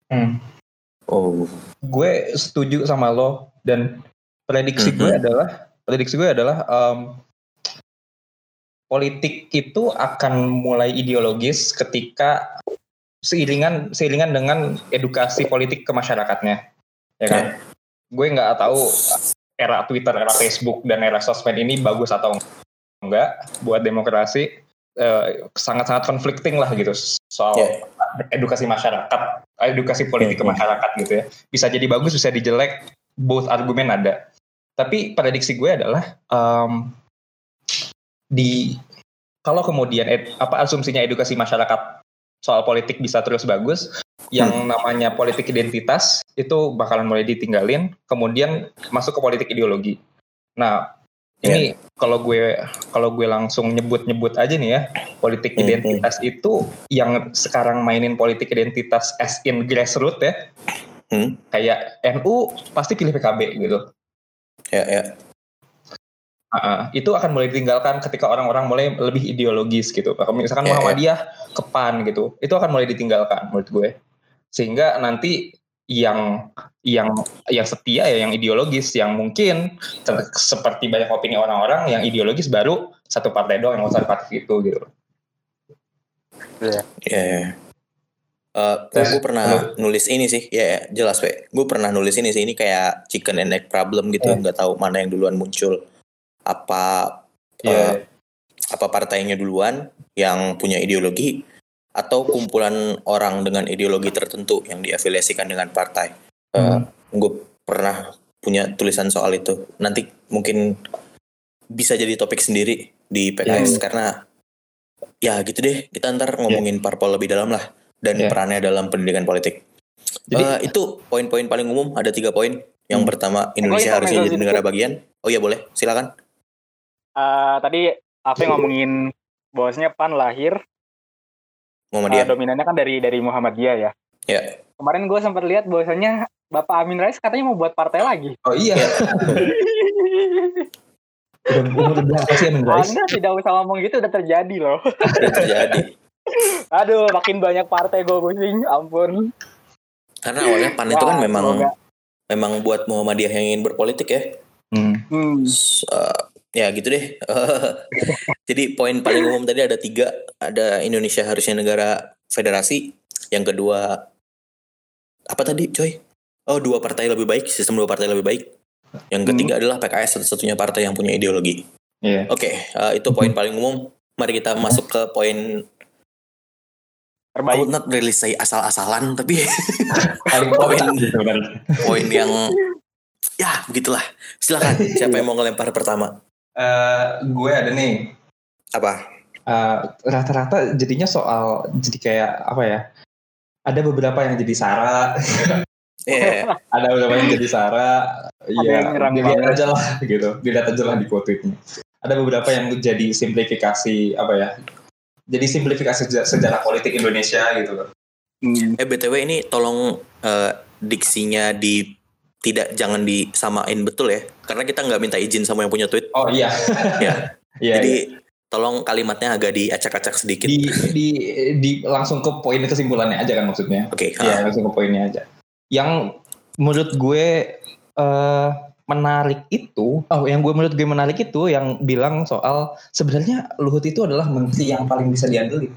Gue setuju sama lo, dan prediksi gue adalah politik itu akan mulai ideologis ketika seiringan dengan edukasi politik ke masyarakatnya, ya kan? Gue nggak tahu era Twitter, era Facebook, dan era sosmed ini bagus atau enggak buat demokrasi. Sangat-sangat conflicting lah gitu soal edukasi masyarakat, edukasi politik ke masyarakat gitu ya. Bisa jadi bagus, bisa dijelek, both argumen ada. Tapi prediksi gue adalah kalau kemudian asumsinya edukasi masyarakat soal politik bisa terus bagus, yang namanya politik identitas itu bakalan mulai ditinggalin, kemudian masuk ke politik ideologi. Nah, ini kalau gue langsung nyebut aja nih ya, politik identitas itu yang sekarang mainin politik identitas as in grassroots ya. Kayak NU pasti pilih PKB gitu. Itu akan mulai ditinggalkan ketika orang-orang mulai lebih ideologis gitu. Kalau misalkan Muhammadiyah ke PAN gitu, itu akan mulai ditinggalkan menurut gue. Sehingga nanti yang setia ya yang ideologis, yang mungkin seperti banyak opini orang-orang yang ideologis baru satu partai doang yang konservatif itu gitu. Gue pernah nulis ini sih, jelas gue pernah nulis ini sih, ini kayak chicken and egg problem gitu, nggak tahu mana yang duluan muncul, apa partainya duluan yang punya ideologi atau kumpulan orang dengan ideologi tertentu yang diafiliasikan dengan partai. Gue pernah punya tulisan soal itu, nanti mungkin bisa jadi topik sendiri di PKS karena ya gitu deh, kita ntar ngomongin parpol lebih dalam lah. Dan perannya dalam pendidikan politik. Jadi, itu poin-poin paling umum, ada 3 poin. Yang pertama, Indonesia harusnya jadi negara bagian. Oh iya boleh, silakan. Tadi Afe ngomongin bahwasanya PAN lahir Muhammadiyah. Dominannya kan dari Muhammadiyah ya. Ya. Kemarin gue sempat lihat bahwasanya Bapak Amin Rais katanya mau buat partai lagi. Oh iya. Udah berapa sih Amin Rais? Anda tidak usah ngomong gitu, udah terjadi loh. Udah terjadi. Aduh, makin banyak partai gue pusing, ampun. Karena awalnya PAN itu kan memang buat Muhammadiyah yang ingin berpolitik ya. Ya gitu deh. Jadi poin paling umum tadi ada 3. Ada Indonesia harusnya negara federasi. Yang kedua, apa tadi coy? 2 partai lebih baik, sistem 2 partai lebih baik. Yang ketiga adalah PKS satu-satunya partai yang punya ideologi. Oke, itu poin paling umum. Mari kita masuk ke poin terbaik. I would not really say asal-asalan, tapi poin yang ya begitulah. Silakan, siapa yang mau ngelempar pertama? Gue ada nih. Apa? Rata-rata jadinya soal jadi kayak apa ya? Ada beberapa yang jadi sara. Ada beberapa yang jadi sara. Iya, dilihat aja lah gitu. Dilihat aja lah di quote-nya. Ada beberapa yang jadi simplifikasi apa ya? Jadi simplifikasi sejarah politik Indonesia gitu loh. BTW ini tolong diksinya jangan disamain betul ya, karena kita nggak minta izin sama yang punya tweet. Oh iya. Jadi tolong kalimatnya agak diacak-acak sedikit. Di langsung ke poin kesimpulannya aja kan maksudnya. Oke. Iya, langsung ke poinnya aja. Yang menurut gue menarik itu, menurut gue menarik itu yang bilang soal sebenarnya Luhut itu adalah menteri yang paling bisa diandelin.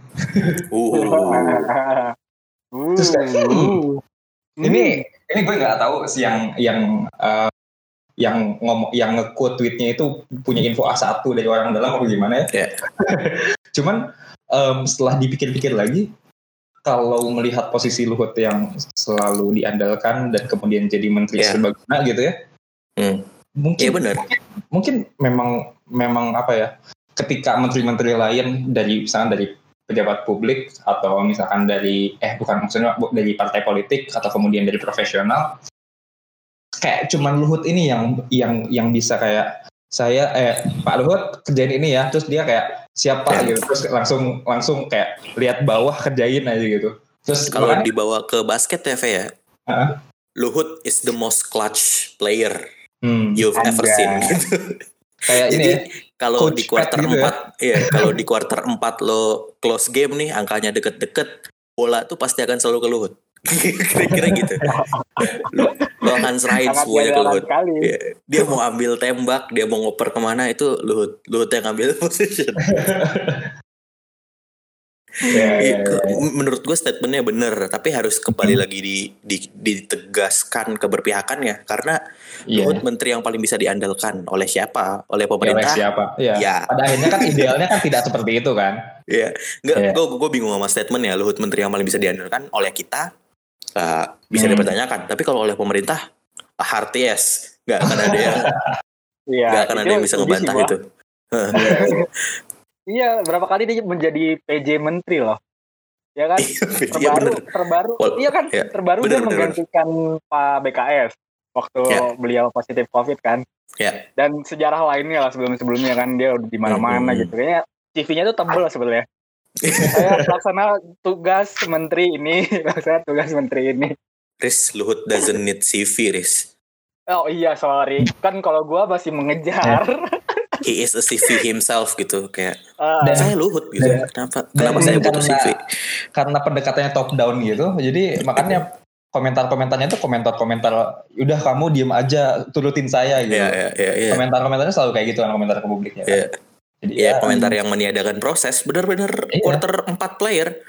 Terus ini gue nggak tahu sih yang nge-quote tweetnya itu punya info A1 dari orang dalam atau gimana ya. Cuman setelah dipikir-pikir lagi, kalau melihat posisi Luhut yang selalu diandalkan dan kemudian jadi menteri serbaguna gitu ya. Mungkin memang apa ya, ketika menteri-menteri lain misalkan dari pejabat publik atau misalkan dari dari partai politik atau kemudian dari profesional, kayak cuman Luhut ini yang bisa kayak saya Pak Luhut kerjain ini ya, terus dia kayak siapa gitu, terus langsung kayak lihat bawah kerjain aja gitu. Terus kalau dibawa ke basket ya Fe ya, Luhut is the most clutch player you've ever seen gitu. Kayak jadi kalau di quarter 4 gitu kalau di quarter 4 lo close game nih, angkanya deket-deket, bola tuh pasti akan selalu ke Luhut. Kira-kira gitu. Lo akan serahin semuanya ke Luhut. Dia mau ambil tembak, dia mau ngoper kemana, itu Luhut yang ambil position. Menurut gue statementnya bener, tapi harus kembali lagi ditegaskan keberpihakannya, karena Luhut menteri yang paling bisa diandalkan oleh siapa? Oleh pemerintah. Oleh siapa? Ya. Pada akhirnya kan idealnya kan tidak seperti itu kan? Iya. Gue bingung sama statementnya. Luhut menteri yang paling bisa diandalkan oleh kita, bisa dipertanyakan. Tapi kalau oleh pemerintah, hard yes, nggak akan ada yang nggak akan ada yang bisa ngebantah itu. Iya, berapa kali dia menjadi PJ Menteri loh. Ya kan? Terbaru. Iya kan? Terbaru dia menggantikan Pak BKS waktu beliau positif COVID kan. Dan sejarah lainnya lah sebelumnya kan, dia udah di mana-mana gitu. Kayaknya CV-nya tuh tebel lah sebenarnya. Saya pelaksana tugas menteri ini. Riz, Luhut doesn't need CV, Riz. Oh iya, sorry. Kan kalau gua masih mengejar. he is a CV himself gitu, kayak Dan- saya Luhut gitu. Kenapa saya butuh CV? Karena pendekatannya top down gitu, jadi makanya komentar-komentarnya itu komentar-komentar udah kamu diem aja turutin saya gitu. Iya. Komentar-komentarnya selalu kayak gitu kan, komentar ke publiknya kan. Iya. Jadi Ya, komentar yang meniadakan proses, benar-benar Iya. quarter 4 player.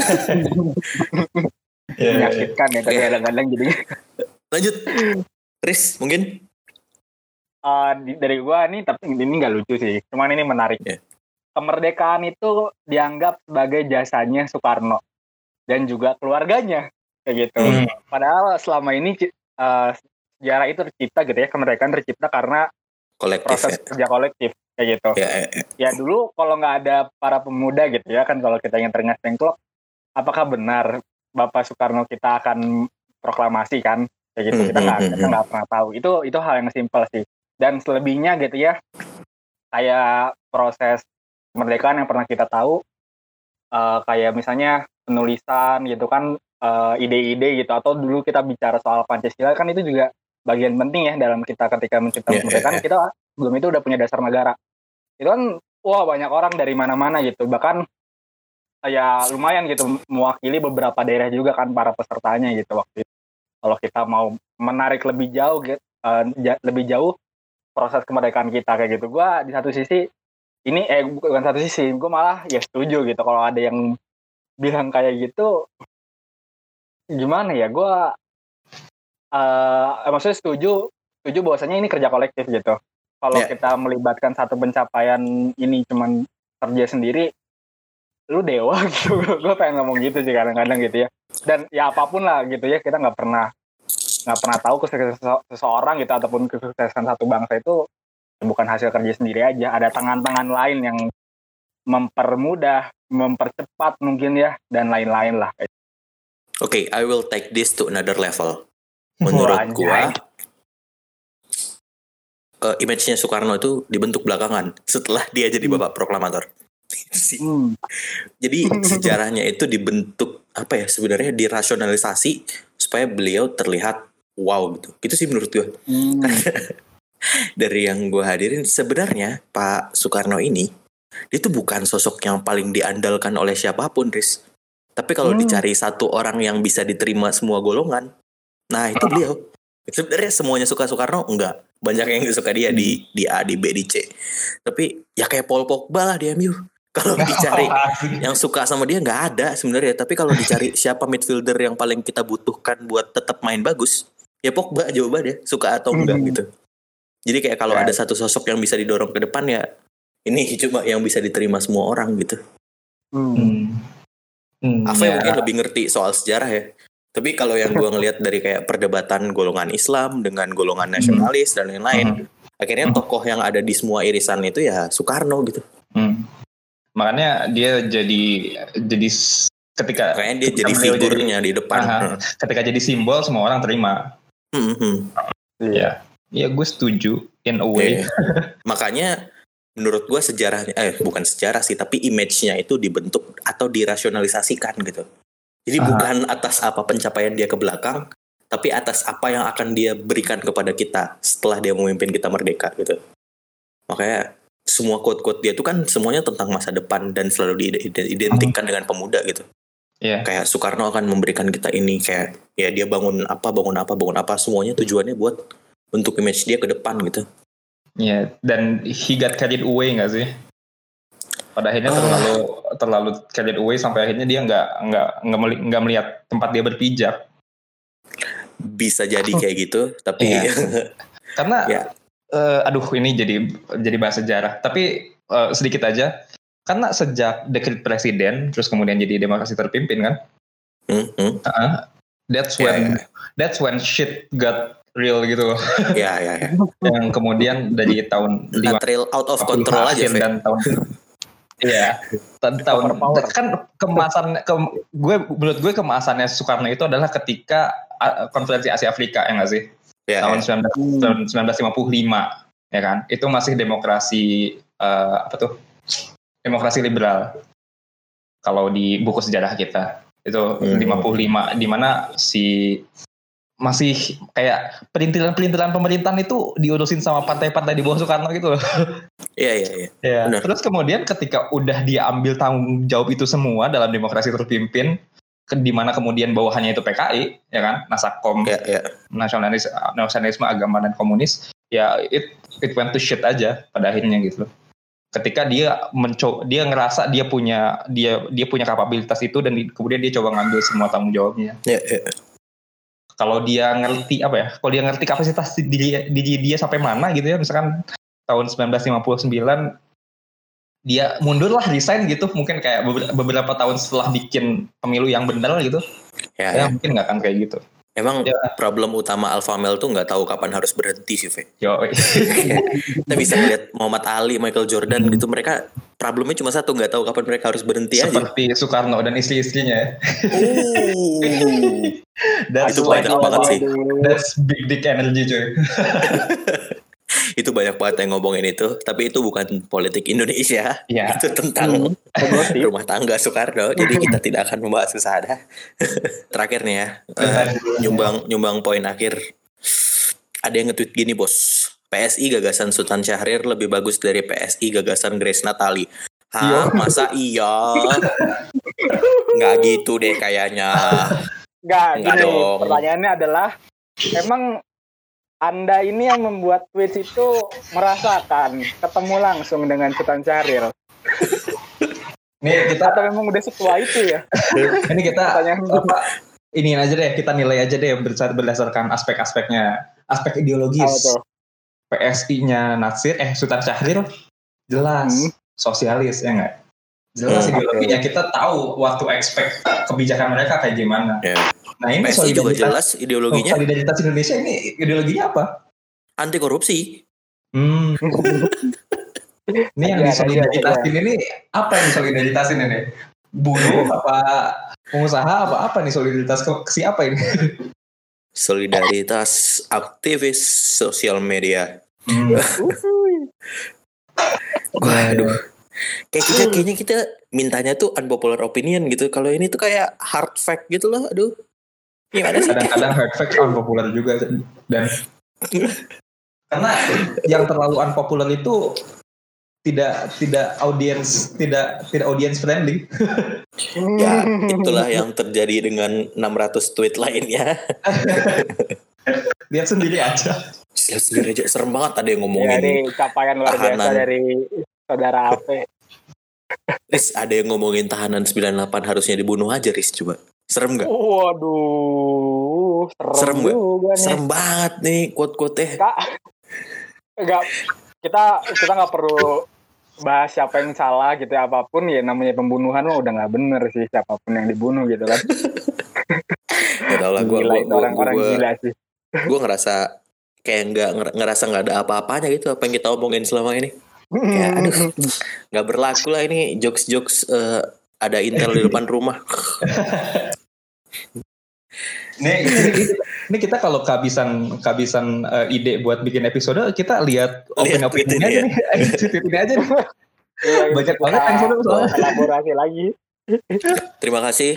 Menyakitkan ya tapi kadang-kadang jadi. Lanjut, Riz mungkin. Dari gua nih, tapi ini nggak lucu sih, cuman ini menarik. Yeah. Kemerdekaan itu dianggap sebagai jasanya Soekarno dan juga keluarganya kayak gitu. Padahal selama ini sejarah itu tercipta gitu ya, kemerdekaan tercipta karena Kolektif proses kerja kolektif kayak gitu. Ya dulu kalau nggak ada para pemuda gitu ya kan, kalau kita ingin teringat tengklok, apakah benar Bapak Soekarno kita akan proklamasi kan kayak gitu? Kita nggak pernah tahu. Itu hal yang simpel sih. Dan selebihnya gitu ya, kayak proses kemerdekaan yang pernah kita tahu, kayak misalnya penulisan gitu kan, ide-ide gitu, atau dulu kita bicara soal Pancasila kan itu juga bagian penting ya dalam kita ketika menciptakan kemerdekaan. Kita sebelum itu udah punya dasar negara. Itu kan banyak orang dari mana-mana gitu, bahkan ya lumayan gitu mewakili beberapa daerah juga kan para pesertanya gitu waktu itu. Kalau kita mau menarik lebih jauh gitu, lebih jauh proses kemerdekaan kita kayak gitu, gue di satu sisi ini bukan satu sisi, gue malah ya setuju gitu kalau ada yang bilang kayak gitu. Gimana ya, gue maksudnya setuju bahwasanya ini kerja kolektif gitu. Kalau kita melibatkan satu pencapaian ini cuman kerja sendiri, lu dewa gitu. Gue pengen ngomong gitu sih kadang-kadang gitu ya. Dan ya apapun lah gitu ya, kita nggak pernah tahu kesuksesan seseorang gitu ataupun kesuksesan satu bangsa itu bukan hasil kerja sendiri aja. Ada tangan-tangan lain yang mempermudah, mempercepat mungkin ya, dan lain-lain lah. Oke, I will take this to another level. Menurut gua, image-nya Soekarno itu dibentuk belakangan setelah dia jadi bapak proklamator. Jadi sejarahnya itu dibentuk sebenarnya dirasionalisasi supaya beliau terlihat wow gitu. Gitu sih menurut gue. Dari yang gue hadirin, sebenarnya Pak Soekarno ini dia tuh bukan sosok yang paling diandalkan oleh siapapun, Riz. Tapi kalau dicari satu orang yang bisa diterima semua golongan, nah itu beliau. Sebenarnya semuanya suka Soekarno? Enggak. Banyak yang suka dia di A, di B, di C. Tapi ya kayak Paul Pogba lah di MU. Kalau dicari yang suka sama dia nggak ada sebenarnya. Tapi kalau dicari siapa midfielder yang paling kita butuhkan buat tetap main bagus, ya Pogba jawabannya, suka atau enggak gitu. Jadi kayak kalau ada satu sosok yang bisa didorong ke depan, ya ini cuma yang bisa diterima semua orang gitu. Afe mungkin lebih ngerti soal sejarah ya. Tapi kalau yang gue ngelihat dari kayak perdebatan golongan Islam dengan golongan nasionalis dan lain-lain, akhirnya tokoh yang ada di semua irisan itu ya Soekarno gitu. Makanya dia jadi ketika kayaknya dia jadi figurnya di depan. Ketika jadi simbol, semua orang terima. Ya gue setuju in a way. Makanya menurut gue sejarahnya, bukan sejarah sih, tapi image-nya itu dibentuk atau dirasionalisasikan gitu. Jadi bukan atas apa pencapaian dia ke belakang, tapi atas apa yang akan dia berikan kepada kita setelah dia memimpin kita merdeka gitu. Makanya semua quote-quote dia itu kan semuanya tentang masa depan dan selalu diidentikan dengan pemuda gitu. Kayak Soekarno akan memberikan kita ini, kayak ya dia bangun apa, semuanya tujuannya buat untuk image dia ke depan gitu. Dan he got carried away nggak sih? Pada akhirnya terlalu carried away sampai akhirnya dia nggak melihat tempat dia berpijak. Bisa jadi kayak gitu, tapi karena ini jadi bahas sejarah. Tapi sedikit aja, karena sejak dekret presiden, terus kemudian jadi demokrasi terpimpin kan. That's when shit got real gitu loh. Yang kemudian dari tahun real out of control aja dan tahun tahun kan menurut gue kemasannya Soekarno itu adalah ketika konferensi Asia Afrika ya nggak sih? Tahun 1955 ya kan? Itu masih demokrasi demokrasi liberal. Kalau di buku sejarah kita itu 55, di mana si masih kayak perintilan pemerintahan itu diurusin sama partai-partai di bawah Soekarno gitu loh. Iya. Ya. Benar. Terus kemudian ketika udah dia ambil tanggung jawab itu semua dalam demokrasi terpimpin, di mana kemudian bawahannya itu PKI, ya kan, Nasakom, Iya. nasionalisme agama dan komunis, ya it went to shit aja pada akhirnya gitu. Ketika dia ngerasa dia punya kapabilitas itu dan kemudian dia coba ngambil semua tanggung jawabnya. Iya. Kalau dia ngerti kalau dia ngerti kapasitas diri dia sampai mana gitu ya, misalkan tahun 1959 dia mundur lah, resign gitu, mungkin kayak beberapa tahun setelah bikin pemilu yang benar gitu, ya mungkin nggak akan kayak gitu. Emang problem utama Alpha Male tuh nggak tahu kapan harus berhenti sih, Fe. Kita bisa lihat Muhammad Ali, Michael Jordan gitu, mereka problemnya cuma satu, nggak tahu kapan mereka harus berhenti seperti aja. Seperti Soekarno dan istri-istrinya. Itu banyak banget sih. That's big dick energy coy. Itu banyak banget yang ngomongin itu, tapi itu bukan politik Indonesia. Ya. Itu tentang rumah tangga Soekarno. Jadi kita tidak akan membahas ke sana. Terakhir nih ya, nyumbang poin akhir. Ada yang nge-tweet gini, Bos. PSI gagasan Sultan Syahrir lebih bagus dari PSI gagasan Grace Natali. Masa iya? Nggak gitu deh kayaknya. Nggak gini, dong. Pertanyaannya adalah, emang Anda ini yang membuat tweet itu merasakan ketemu langsung dengan Sultan Syahrir? Nih kita atau memang udah setua itu ya? Ini kita ini aja deh, kita nilai aja deh berdasarkan aspek-aspeknya, aspek ideologis. PSI-nya Sultan Syahrir jelas sosialis, ya nggak? Jelas ideologinya, kita tahu waktu expect kebijakan mereka kayak gimana. Nah ini PSI juga jelas ideologinya. Solidaritas Indonesia ini ideologinya apa? Anti korupsi. Ini yang disolidaritasin ini apa yang disolidaritasin ini? Buruh apa pengusaha apa nih, solidaritas ke siapa ini? Solidaritas aktivis sosial media. Waduh. Kayaknya kita mintanya tuh unpopular opinion gitu. Kalau ini tuh kayak hard fact gitu loh. Aduh. Gimana sih? Kadang-kadang hard fact unpopular juga, dan karena yang terlalu unpopular itu tidak audience friendly. Ya, itulah yang terjadi dengan 600 tweet lainnya. Lihat sendiri aja. Serem banget ada yang ngomongin. Ya, ini capaian luar biasa dari saudara Ape. Riz, ada yang ngomongin tahanan 98 harusnya dibunuh aja, Riz, coba. Serem gak? Waduh, serem juga nih. Serem banget nih quote-quote-nya. Enggak, kita nggak perlu bahas siapa yang salah gitu ya, apapun ya, namanya pembunuhan mah udah nggak bener sih siapapun yang dibunuh gitu kan. Gak tau lah, gue orang gila sih. Gue ngerasa kayak nggak ada apa-apanya gitu apa yang kita omongin selama ini. Kayak aduh, nggak berlaku lah ini jokes ada intel di depan rumah. Ini kita kalau kehabisan ide buat bikin episode, kita lihat opini aja nih. Ini aja nih. Banyak banget episode soalnya. Kolaborasi lagi. Terima kasih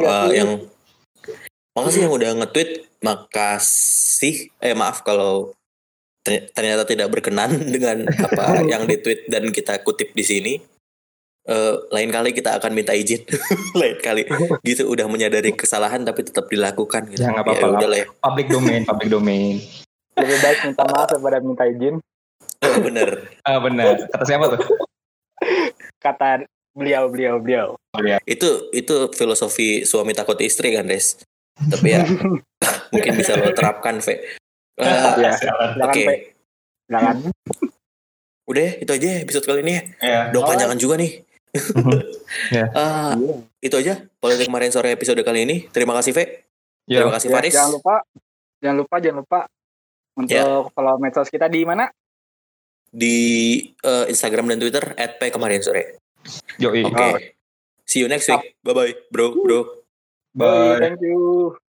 makasih yang udah nge-tweet. Makasih. Maaf kalau ternyata tidak berkenan dengan apa yang di-tweet dan kita kutip di sini. Lain kali kita akan minta izin. Lain kali gitu, udah menyadari kesalahan tapi tetap dilakukan gitu. Ya nggak apa-apa lah. Public domain. Lebih baik minta maaf daripada minta izin. Bener. Bener. Kata siapa tuh? Kata beliau. Itu filosofi suami takut istri kan, Des? Tapi ya mungkin bisa lo terapkan, Ve. Oke. Jangan. Udah, itu aja episode kali ini ya. Udah panjangan juga nih. Itu aja politik kemarin sore episode kali ini. Terima kasih, Ve. Terima kasih, Faris. Jangan lupa untuk follow medsos kita di mana? Di Instagram dan Twitter @pkemarin_sore. Yoi. Oke. See you next week. Bye bye, bro. Bye. Thank you.